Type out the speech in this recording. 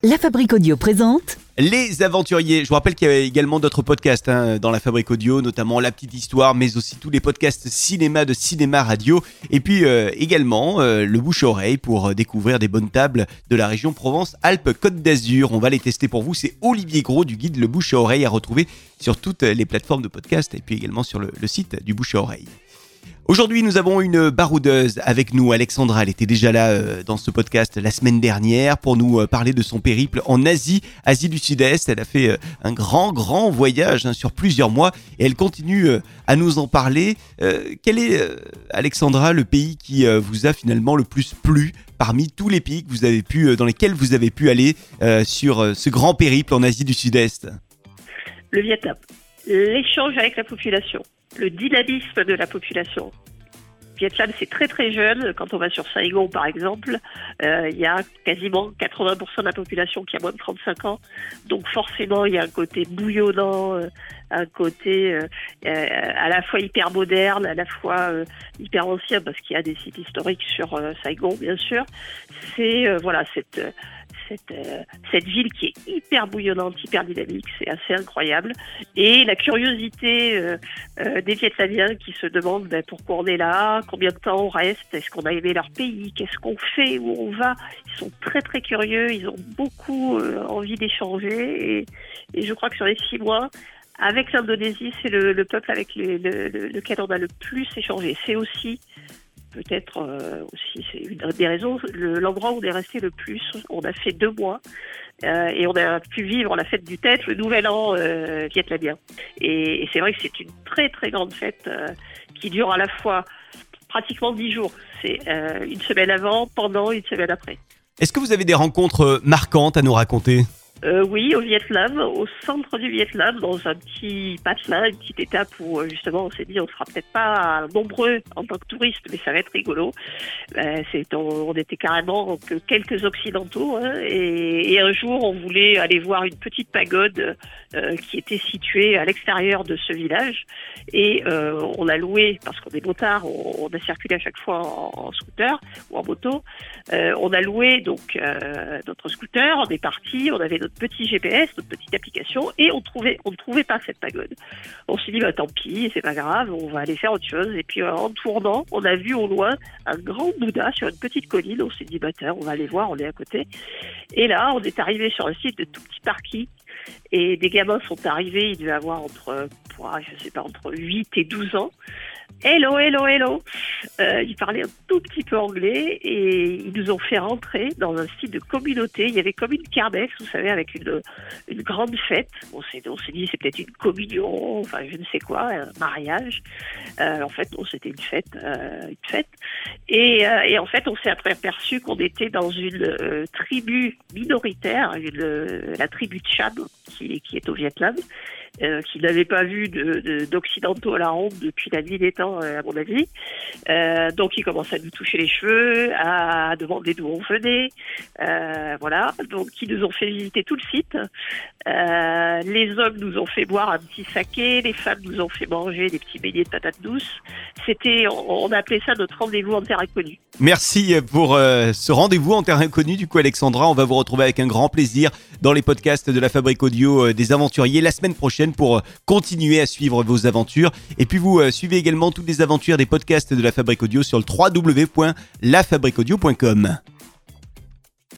La Fabrique Audio présente Les Aventuriers. Je vous rappelle qu'il y a également d'autres podcasts dans la Fabrique Audio, notamment La Petite Histoire, mais aussi tous les podcasts cinéma de Cinéma Radio. Et puis également le bouche-oreille pour découvrir des bonnes tables de la région Provence-Alpes-Côte d'Azur. On va les tester pour vous. C'est Olivier Gros du guide Le Bouche-oreille à retrouver sur toutes les plateformes de podcast et puis également sur le site du Bouche-oreille. Aujourd'hui, nous avons une baroudeuse avec nous, Alexandra. Elle était déjà là dans ce podcast la semaine dernière pour nous parler de son périple en Asie du Sud-Est. Elle a fait un grand voyage sur plusieurs mois et elle continue à nous en parler. Quel est, Alexandra, le pays qui vous a finalement le plus plu parmi tous les pays que vous avez dans lesquels vous avez pu aller sur ce grand périple en Asie du Sud-Est? Le Vietnam. L'échange avec la population. Le dynamisme de la population. Vietnam, c'est très jeune. Quand on va sur Saigon, par exemple, il y a quasiment 80% de la population qui a moins de 35 ans. Donc forcément, il y a un côté bouillonnant, un côté à la fois hyper moderne, à la fois hyper ancien, parce qu'il y a des sites historiques sur Saigon, bien sûr. C'est cette ville qui est hyper bouillonnante, hyper dynamique, c'est assez incroyable. Et la curiosité des Vietnamiens qui se demandent pourquoi on est là, combien de temps on reste, est-ce qu'on a aimé leur pays, qu'est-ce qu'on fait, où on va. Ils sont très curieux, ils ont beaucoup envie d'échanger. Et je crois que sur les 6 mois, avec l'Indonésie, c'est le peuple avec lequel on a le plus échangé. C'est aussi... Peut-être aussi, c'est une des raisons, l'endroit où on est resté le plus. On a fait 2 mois et on a pu vivre la fête du Tet, le nouvel an vietnamien. Et c'est vrai que c'est une très grande fête qui dure à la fois pratiquement 10 jours. C'est une semaine avant, pendant, une semaine après. Est-ce que vous avez des rencontres marquantes à nous raconter ? Oui, au Vietnam, au centre du Vietnam, dans un petit patelin, une petite étape où justement on s'est dit on sera peut-être pas nombreux en tant que touristes, mais ça va être rigolo. On était carrément que quelques occidentaux et un jour on voulait aller voir une petite pagode qui était située à l'extérieur de ce village et on a loué, parce qu'on est motards, on a circulé à chaque fois en scooter ou en moto. On a loué donc notre scooter, on est parti, on avait notre petit GPS, notre petite application, et on ne trouvait pas cette pagode. On s'est dit, tant pis, c'est pas grave, on va aller faire autre chose. Et puis en tournant, on a vu au loin un grand Bouddha sur une petite colline. On s'est dit, tiens, on va aller voir, on est à côté. Et là, on est arrivé sur un site de tout petit parking. Et des gamins sont arrivés, ils devaient avoir entre 8 et 12 ans. Hello. Ils parlaient un tout petit peu anglais et ils nous ont fait rentrer dans un site de communauté. Il y avait comme une kermesse, vous savez, avec une grande fête. On s'est dit c'est peut-être une communion, enfin je ne sais quoi, un mariage. En fait, non, c'était une fête. Et en fait, on s'est aperçu qu'on était dans une tribu minoritaire, la tribu Cham, qui est au Vietnam. Qui n'avait pas vu d'occidentaux à la ronde depuis la nuit des temps, à mon avis. Donc, ils commençaient à nous toucher les cheveux, à demander d'où on venait. Voilà. Donc, ils nous ont fait visiter tout le site. Les hommes nous ont fait boire un petit saké. Les femmes nous ont fait manger des petits beignets de patates douces. On a appelé ça notre rendez-vous en terre inconnue. Merci pour ce rendez-vous en terre inconnue. Du coup, Alexandra, on va vous retrouver avec un grand plaisir dans les podcasts de la Fabrique Audio des Aventuriers la semaine prochaine pour continuer à suivre vos aventures. Et puis vous suivez également toutes les aventures des podcasts de la Fabrique Audio sur le www.lafabriqueaudio.com.